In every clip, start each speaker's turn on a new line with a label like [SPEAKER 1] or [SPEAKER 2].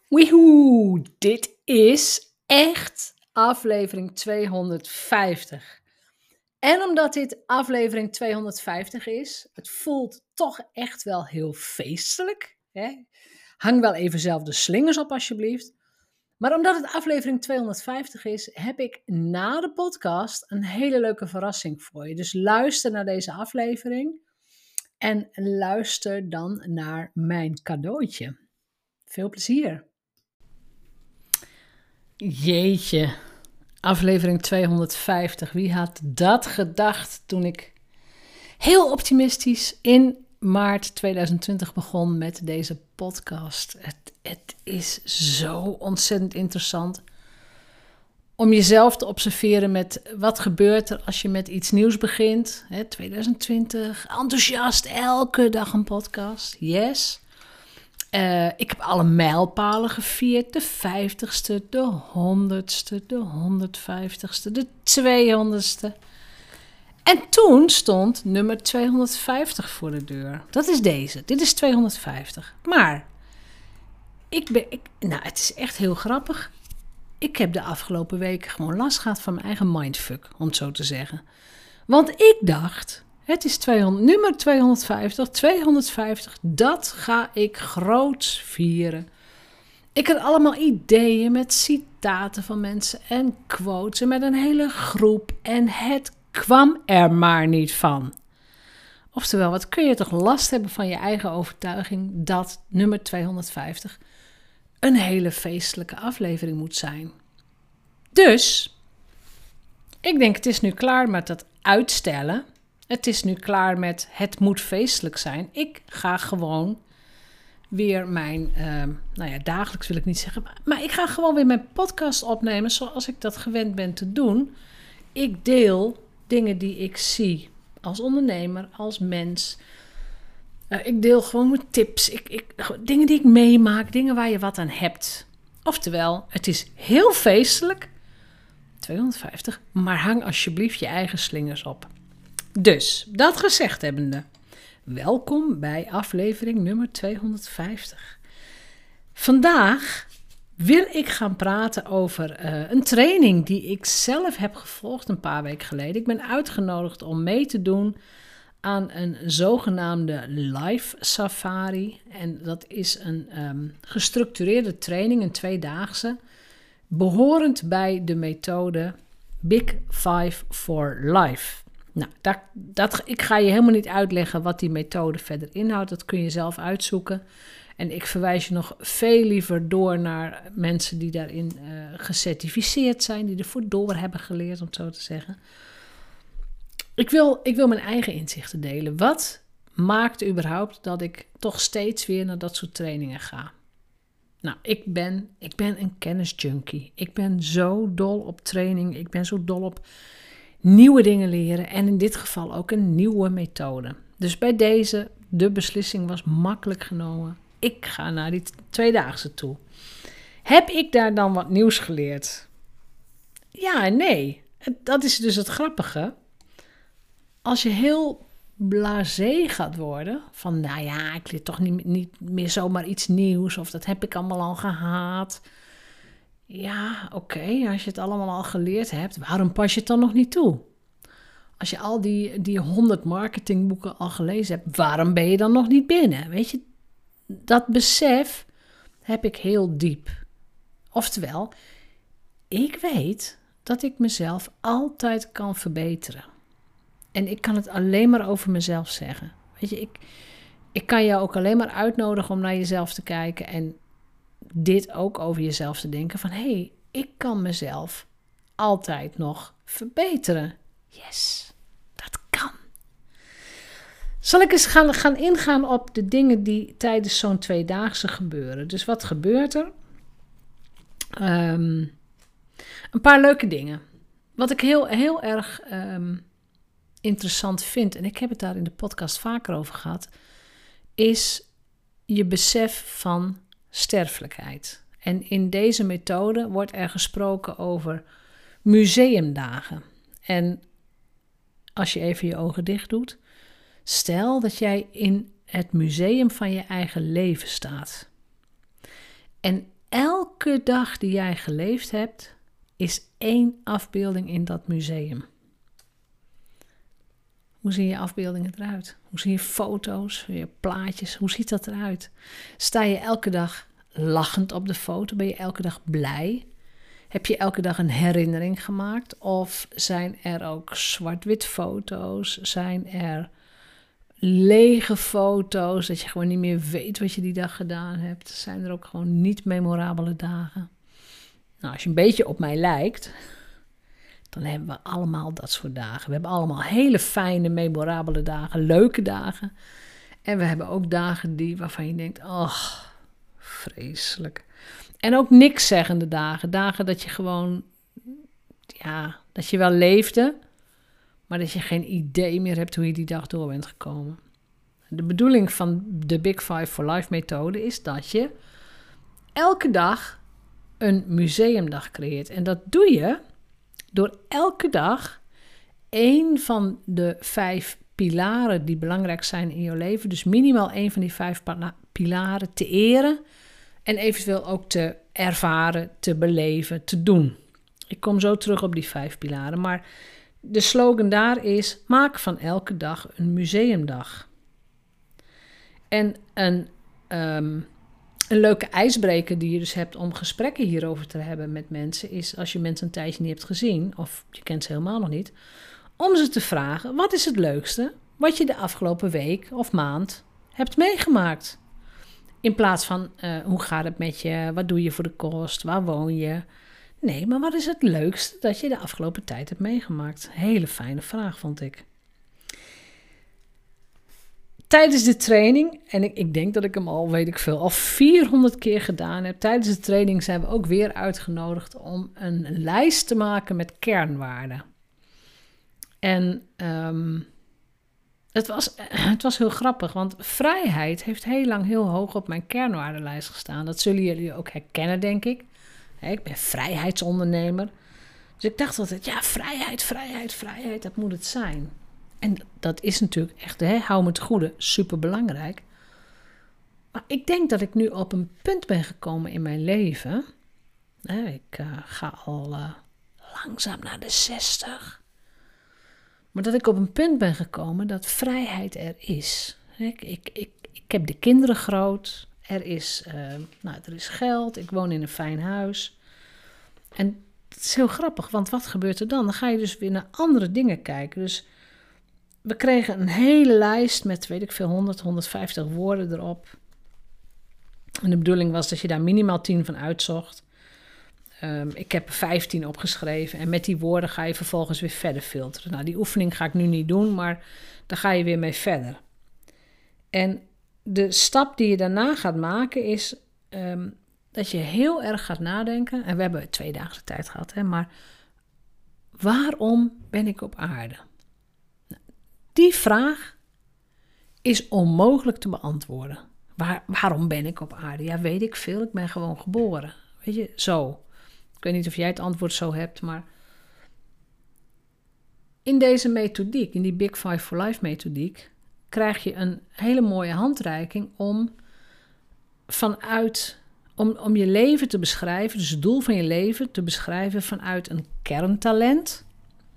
[SPEAKER 1] Woehoe, dit is echt aflevering 250. En omdat dit aflevering 250 is, het voelt toch echt wel heel feestelijk. Hè? Hang wel even zelf de slingers op alsjeblieft. Maar omdat het aflevering 250 is, heb ik na de podcast een hele leuke verrassing voor je. Dus luister naar deze aflevering en luister dan naar mijn cadeautje. Veel plezier! Jeetje, aflevering 250. Wie had dat gedacht toen ik heel optimistisch in maart 2020 begon met deze podcast. Het is zo ontzettend interessant om jezelf te observeren met wat gebeurt er als je met iets nieuws begint. 2020, enthousiast, elke dag een podcast. Yes. Ik heb alle mijlpalen gevierd. De 50ste, de 100ste, de 150ste, de 200ste. En toen stond nummer 250 voor de deur. Dat is deze. Dit is 250. Maar, het is echt heel grappig. Ik heb de afgelopen weken gewoon last gehad van mijn eigen mindfuck, om het zo te zeggen. Want ik dacht, het is nummer 250, 250, dat ga ik groots vieren. Ik had allemaal ideeën met citaten van mensen en quotes en met een hele groep. En het kwam er maar niet van. Oftewel, wat kun je toch last hebben van je eigen overtuiging dat nummer 250 een hele feestelijke aflevering moet zijn. Dus, ik denk het is nu klaar met dat uitstellen. Het is nu klaar met het moet feestelijk zijn. Ik ga gewoon weer mijn, dagelijks wil ik niet zeggen, maar ik ga gewoon weer mijn podcast opnemen zoals ik dat gewend ben te doen. Ik deel dingen die ik zie als ondernemer, als mens. Ik deel gewoon mijn tips, dingen die ik meemaak, dingen waar je wat aan hebt. Oftewel, het is heel feestelijk, 250, maar hang alsjeblieft je eigen slingers op. Dus, dat gezegd hebbende, welkom bij aflevering nummer 250. Vandaag wil ik gaan praten over een training die ik zelf heb gevolgd een paar weken geleden. Ik ben uitgenodigd om mee te doen aan een zogenaamde live safari. En dat is een gestructureerde training, een 2-daagse, behorend bij de methode Big Five for Life. Nou, ik ga je helemaal niet uitleggen wat die methode verder inhoudt. Dat kun je zelf uitzoeken. En ik verwijs je nog veel liever door naar mensen die daarin gecertificeerd zijn, die ervoor door hebben geleerd, om het zo te zeggen. Ik wil mijn eigen inzichten delen. Wat maakt überhaupt dat ik toch steeds weer naar dat soort trainingen ga? Nou, ik ben een kennisjunkie. Ik ben zo dol op training. Ik ben zo dol op nieuwe dingen leren. En in dit geval ook een nieuwe methode. Dus bij deze, de beslissing was makkelijk genomen. Ik ga naar die 2-daagse toe. Heb ik daar dan wat nieuws geleerd? Ja en nee. Dat is dus het grappige. Als je heel blasé gaat worden, van nou ja, ik leer toch niet meer zomaar iets nieuws, of dat heb ik allemaal al gehad. Ja, oké, als je het allemaal al geleerd hebt, waarom pas je het dan nog niet toe? Als je al die 100 marketingboeken al gelezen hebt, waarom ben je dan nog niet binnen? Weet je, dat besef heb ik heel diep. Oftewel, ik weet dat ik mezelf altijd kan verbeteren. En ik kan het alleen maar over mezelf zeggen. Weet je, ik kan jou ook alleen maar uitnodigen om naar jezelf te kijken en dit ook over jezelf te denken van, hé, ik kan mezelf altijd nog verbeteren. Yes, dat kan. Zal ik eens gaan ingaan op de dingen die tijdens zo'n 2-daagse gebeuren. Dus wat gebeurt er? Een paar leuke dingen. Wat ik heel erg interessant vind, en ik heb het daar in de podcast vaker over gehad, is je besef van sterfelijkheid. En in deze methode wordt er gesproken over museumdagen. En als je even je ogen dicht doet, stel dat jij in het museum van je eigen leven staat. En elke dag die jij geleefd hebt, is 1 afbeelding in dat museum. Hoe zien je afbeeldingen eruit? Hoe zien je foto's, je plaatjes? Hoe ziet dat eruit? Sta je elke dag lachend op de foto? Ben je elke dag blij? Heb je elke dag een herinnering gemaakt? Of zijn er ook zwart-wit foto's? Zijn er lege foto's, dat je gewoon niet meer weet wat je die dag gedaan hebt? Zijn er ook gewoon niet memorabele dagen? Nou, als je een beetje op mij lijkt, dan hebben we allemaal dat soort dagen. We hebben allemaal hele fijne, memorabele dagen, leuke dagen. En we hebben ook dagen waarvan je denkt, oh, vreselijk. En ook niks zeggende dagen. Dagen dat je gewoon, ja, dat je wel leefde, maar dat je geen idee meer hebt hoe je die dag door bent gekomen. De bedoeling van de Big Five for Life methode is dat je elke dag een museumdag creëert. En dat doe je door elke dag 1 van de 5 pilaren die belangrijk zijn in je leven, dus minimaal 1 van die 5 pilaren te eren en eventueel ook te ervaren, te beleven, te doen. Ik kom zo terug op die 5 pilaren, maar de slogan daar is: maak van elke dag een museumdag. En een leuke ijsbreker die je dus hebt om gesprekken hierover te hebben met mensen is, als je mensen een tijdje niet hebt gezien, of je kent ze helemaal nog niet, om ze te vragen: wat is het leukste wat je de afgelopen week of maand hebt meegemaakt? In plaats van, hoe gaat het met je? Wat doe je voor de kost? Waar woon je? Nee, maar wat is het leukste dat je de afgelopen tijd hebt meegemaakt? Hele fijne vraag, vond ik. Tijdens de training, en ik denk dat ik hem al 400 keer gedaan heb. Tijdens de training zijn we ook weer uitgenodigd om een lijst te maken met kernwaarden. En het was heel grappig, want vrijheid heeft heel lang heel hoog op mijn kernwaardenlijst gestaan. Dat zullen jullie ook herkennen, denk ik. Ik ben vrijheidsondernemer. Dus ik dacht altijd, ja, vrijheid, dat moet het zijn. En dat is natuurlijk echt, hou me te goede, superbelangrijk. Maar ik denk dat ik nu op een punt ben gekomen in mijn leven. Ik ga al langzaam naar de 60. Maar dat ik op een punt ben gekomen dat vrijheid er is. Ik heb de kinderen groot. Er is geld. Ik woon in een fijn huis. En het is heel grappig, want wat gebeurt er dan? Dan ga je dus weer naar andere dingen kijken. Dus we kregen een hele lijst met, 100, 150 woorden erop. En de bedoeling was dat je daar minimaal 10 van uitzocht. Ik heb 15 opgeschreven en met die woorden ga je vervolgens weer verder filteren. Nou, die oefening ga ik nu niet doen, maar daar ga je weer mee verder. En de stap die je daarna gaat maken is dat je heel erg gaat nadenken. En we hebben 2 dagen de tijd gehad, maar waarom ben ik op aarde? Nou, die vraag is onmogelijk te beantwoorden. Waarom ben ik op aarde? Ja, weet ik veel. Ik ben gewoon geboren. Weet je, zo. Ik weet niet of jij het antwoord zo hebt, maar in deze methodiek, in die Big Five for Life methodiek, krijg je een hele mooie handreiking om je leven te beschrijven, dus het doel van je leven te beschrijven vanuit een kerntalent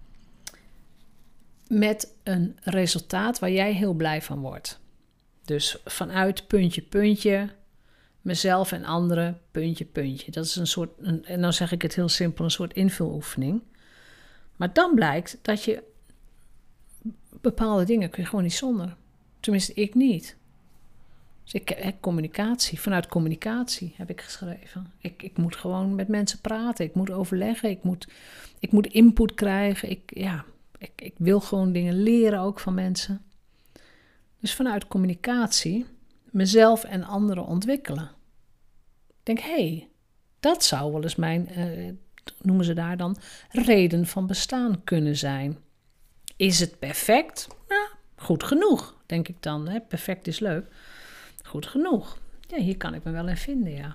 [SPEAKER 1] met een resultaat waar jij heel blij van wordt. Dus vanuit puntje, puntje, mezelf en anderen, puntje, puntje. Dat is een soort, en dan zeg ik het heel simpel, een soort invuloefening. Maar dan blijkt dat je bepaalde dingen kun je gewoon niet zonder. Tenminste, ik niet. Dus vanuit communicatie heb ik geschreven. Ik moet gewoon met mensen praten, ik moet overleggen, ik moet input krijgen. Ik wil gewoon dingen leren ook van mensen. Dus vanuit communicatie mezelf en anderen ontwikkelen. Ik denk, dat zou wel eens mijn, noemen ze daar dan, reden van bestaan kunnen zijn. Is het perfect? Nou, goed genoeg, denk ik dan. Perfect is leuk. Goed genoeg. Ja, hier kan ik me wel in vinden, ja.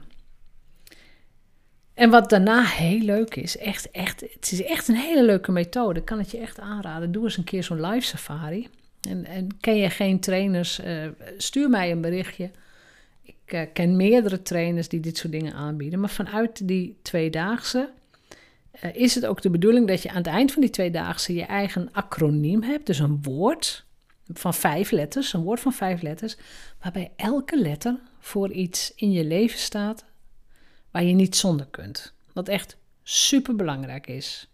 [SPEAKER 1] En wat daarna heel leuk is, het is echt een hele leuke methode. Ik kan het je echt aanraden. Doe eens een keer zo'n live safari. En ken je geen trainers, stuur mij een berichtje. ken meerdere trainers die dit soort dingen aanbieden. Maar vanuit die tweedaagse is het ook de bedoeling dat je aan het eind van die tweedaagse je eigen acroniem hebt. Dus een woord van 5 letters, een woord van 5 letters, waarbij elke letter voor iets in je leven staat waar je niet zonder kunt. Wat echt super belangrijk is.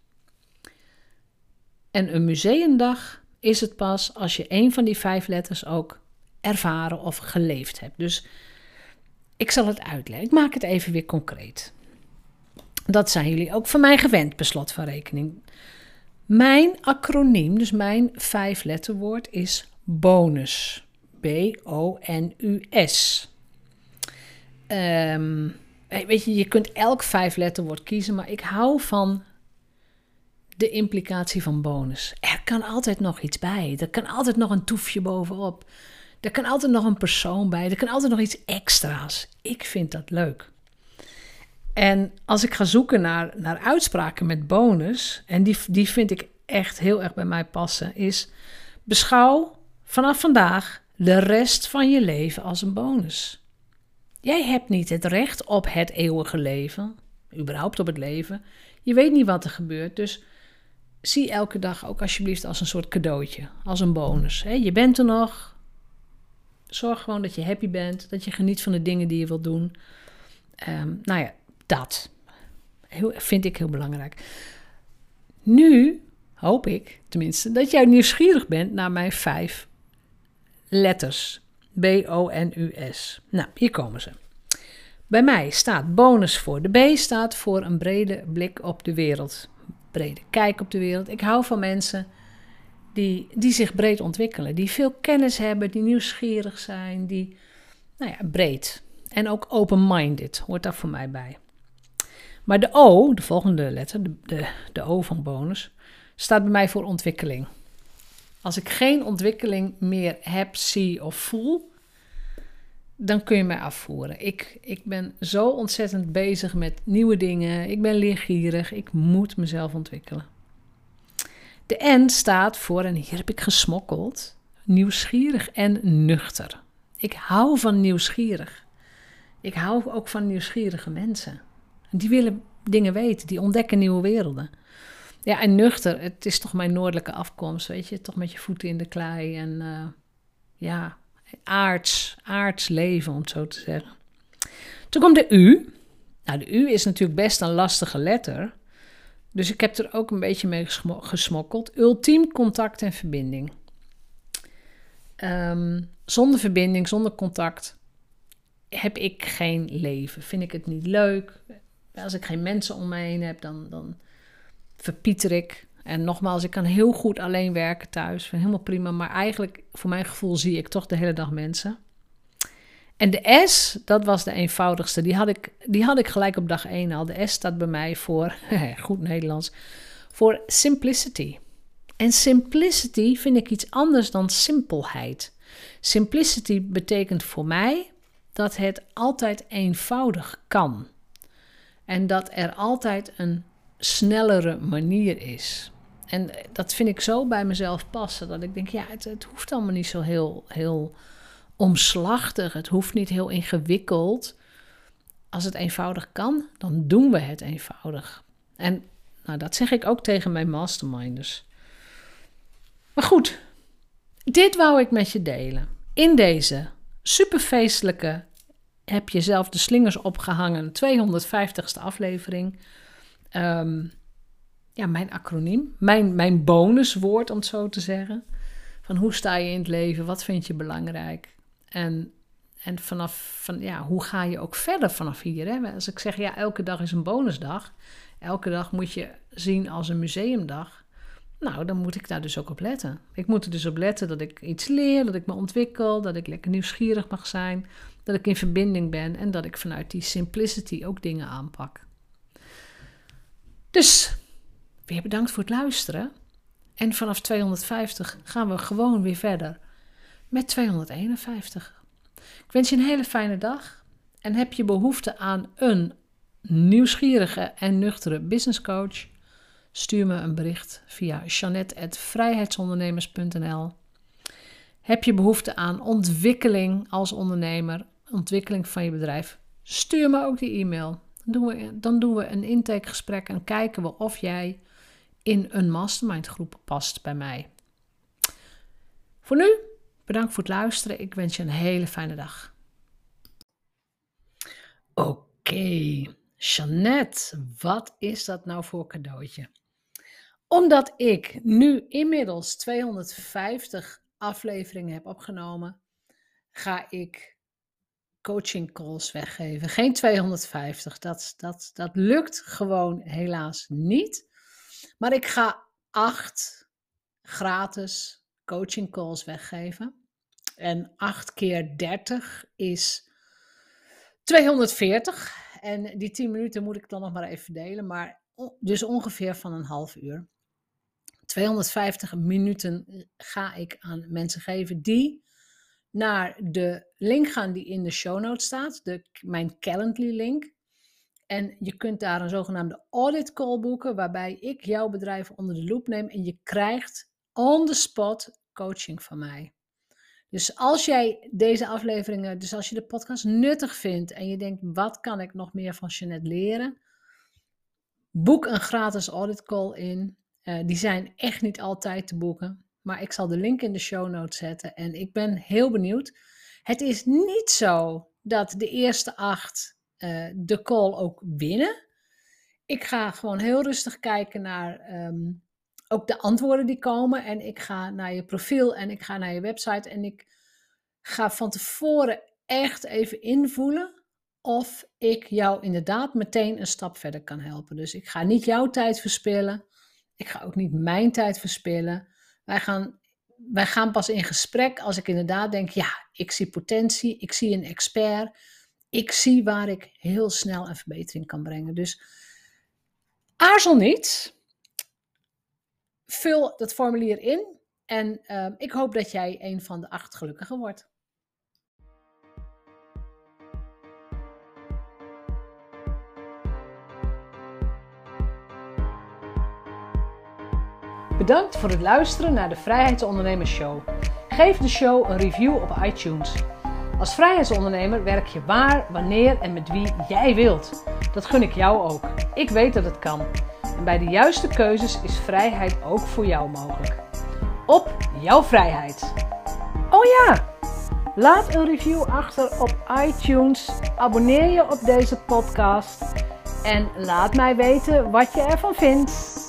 [SPEAKER 1] En een museumdag is het pas als je een van die 5 letters ook ervaren of geleefd hebt. Dus ik zal het uitleggen. Ik maak het even weer concreet. Dat zijn jullie ook van mij gewend, per slot van rekening. Mijn acroniem, dus mijn 5-letterwoord, is bonus. B-O-N-U-S. Weet je, je kunt elk 5-letterwoord kiezen, maar ik hou van de implicatie van bonus. Er kan altijd nog iets bij. Er kan altijd nog een toefje bovenop. Er kan altijd nog een persoon bij. Er kan altijd nog iets extra's. Ik vind dat leuk. En als ik ga zoeken naar uitspraken met bonus, en die vind ik echt heel erg bij mij passen, is: beschouw vanaf vandaag de rest van je leven als een bonus. Jij hebt niet het recht op het eeuwige leven, überhaupt op het leven. Je weet niet wat er gebeurt, dus zie elke dag ook alsjeblieft als een soort cadeautje, als een bonus. Je bent er nog. Zorg gewoon dat je happy bent, dat je geniet van de dingen die je wilt doen. Dat vind ik heel belangrijk. Nu hoop ik tenminste dat jij nieuwsgierig bent naar mijn 5 letters. B-O-N-U-S. Nou, hier komen ze. Bij mij staat bonus voor. De B staat voor een brede blik op de wereld. Brede kijk op de wereld. Ik hou van mensen die zich breed ontwikkelen. Die veel kennis hebben, die nieuwsgierig zijn. Die, breed. En ook open-minded hoort daar voor mij bij. Maar de O, de volgende letter, de O van bonus, staat bij mij voor ontwikkeling. Als ik geen ontwikkeling meer heb, zie of voel, dan kun je mij afvoeren. Ik ben zo ontzettend bezig met nieuwe dingen. Ik ben leergierig. Ik moet mezelf ontwikkelen. De N staat voor, en hier heb ik gesmokkeld, nieuwsgierig en nuchter. Ik hou van nieuwsgierig. Ik hou ook van nieuwsgierige mensen. Die willen dingen weten, die ontdekken nieuwe werelden. Ja, en nuchter, het is toch mijn noordelijke afkomst, weet je. Toch met je voeten in de klei en aards leven, om het zo te zeggen. Toen komt de U. Nou, de U is natuurlijk best een lastige letter. Dus ik heb er ook een beetje mee gesmokkeld. Ultiem contact en verbinding. Zonder verbinding, zonder contact heb ik geen leven. Vind ik het niet leuk. Als ik geen mensen om me heen heb, dan verpieter ik. En nogmaals, ik kan heel goed alleen werken thuis. Vind helemaal prima. Maar eigenlijk, voor mijn gevoel, zie ik toch de hele dag mensen. En de S, dat was de eenvoudigste. Die had ik gelijk op dag 1 al. De S staat bij mij voor, goed Nederlands, voor simplicity. En simplicity vind ik iets anders dan simpelheid. Simplicity betekent voor mij dat het altijd eenvoudig kan. En dat er altijd een snellere manier is. En dat vind ik zo bij mezelf passen, dat ik denk, het hoeft allemaal niet zo heel omslachtig. Het hoeft niet heel ingewikkeld. Als het eenvoudig kan, dan doen we het eenvoudig. En dat zeg ik ook tegen mijn masterminders. Maar goed, dit wou ik met je delen. In deze superfeestelijke, heb je zelf de slingers opgehangen, 250ste aflevering. Mijn acroniem, mijn bonuswoord, om het zo te zeggen. Van hoe sta je in het leven, wat vind je belangrijk? En hoe ga je ook verder vanaf hier? Hè? Als ik zeg, elke dag is een bonusdag. Elke dag moet je zien als een museumdag. Nou, dan moet ik daar dus ook op letten. Ik moet er dus op letten dat ik iets leer, dat ik me ontwikkel, dat ik lekker nieuwsgierig mag zijn, dat ik in verbinding ben en dat ik vanuit die simplicity ook dingen aanpak. Dus, weer bedankt voor het luisteren. En vanaf 250 gaan we gewoon weer verder met 251. Ik wens je een hele fijne dag. En heb je behoefte aan een nieuwsgierige en nuchtere businesscoach? Stuur me een bericht via Jeanette@vrijheidsondernemers.nl. Heb je behoefte aan ontwikkeling als ondernemer? ontwikkeling van je bedrijf, stuur me ook die e-mail. Dan doen we een intakegesprek en kijken we of jij in een mastermind groep past bij mij. Voor nu, bedankt voor het luisteren. Ik wens je een hele fijne dag. Oké, Jeanette, wat is dat nou voor cadeautje? Omdat ik nu inmiddels 250 afleveringen heb opgenomen, ga ik coaching calls weggeven. Geen 250, dat lukt gewoon helaas niet. Maar ik ga 8 gratis coaching calls weggeven. En 8 keer 30 is 240. En die 10 minuten moet ik dan nog maar even verdelen. Maar dus ongeveer van een half uur. 250 minuten ga ik aan mensen geven die naar de link gaan die in de show notes staat. Mijn Calendly link. En je kunt daar een zogenaamde audit call boeken, waarbij ik jouw bedrijf onder de loep neem en je krijgt on the spot coaching van mij. Dus als jij deze afleveringen, dus als je de podcast nuttig vindt en je denkt, wat kan ik nog meer van Jeanette leren? Boek een gratis audit call in. Die zijn echt niet altijd te boeken, maar ik zal de link in de show notes zetten en ik ben heel benieuwd. Het is niet zo dat de eerste 8 de call ook winnen. Ik ga gewoon heel rustig kijken naar ook de antwoorden die komen. En ik ga naar je profiel en ik ga naar je website. En ik ga van tevoren echt even invoelen of ik jou inderdaad meteen een stap verder kan helpen. Dus ik ga niet jouw tijd verspillen. Ik ga ook niet mijn tijd verspillen. Wij gaan pas in gesprek als ik inderdaad denk, ja, ik zie potentie, ik zie een expert. Ik zie waar ik heel snel een verbetering kan brengen. Dus aarzel niet. Vul dat formulier in. En ik hoop dat jij een van de 8 gelukkigen wordt. Bedankt voor het luisteren naar de Vrijheidsondernemers Show. Geef de show een review op iTunes. Als vrijheidsondernemer werk je waar, wanneer en met wie jij wilt. Dat gun ik jou ook. Ik weet dat het kan. En bij de juiste keuzes is vrijheid ook voor jou mogelijk. Op jouw vrijheid. Oh ja, laat een review achter op iTunes. Abonneer je op deze podcast. En laat mij weten wat je ervan vindt.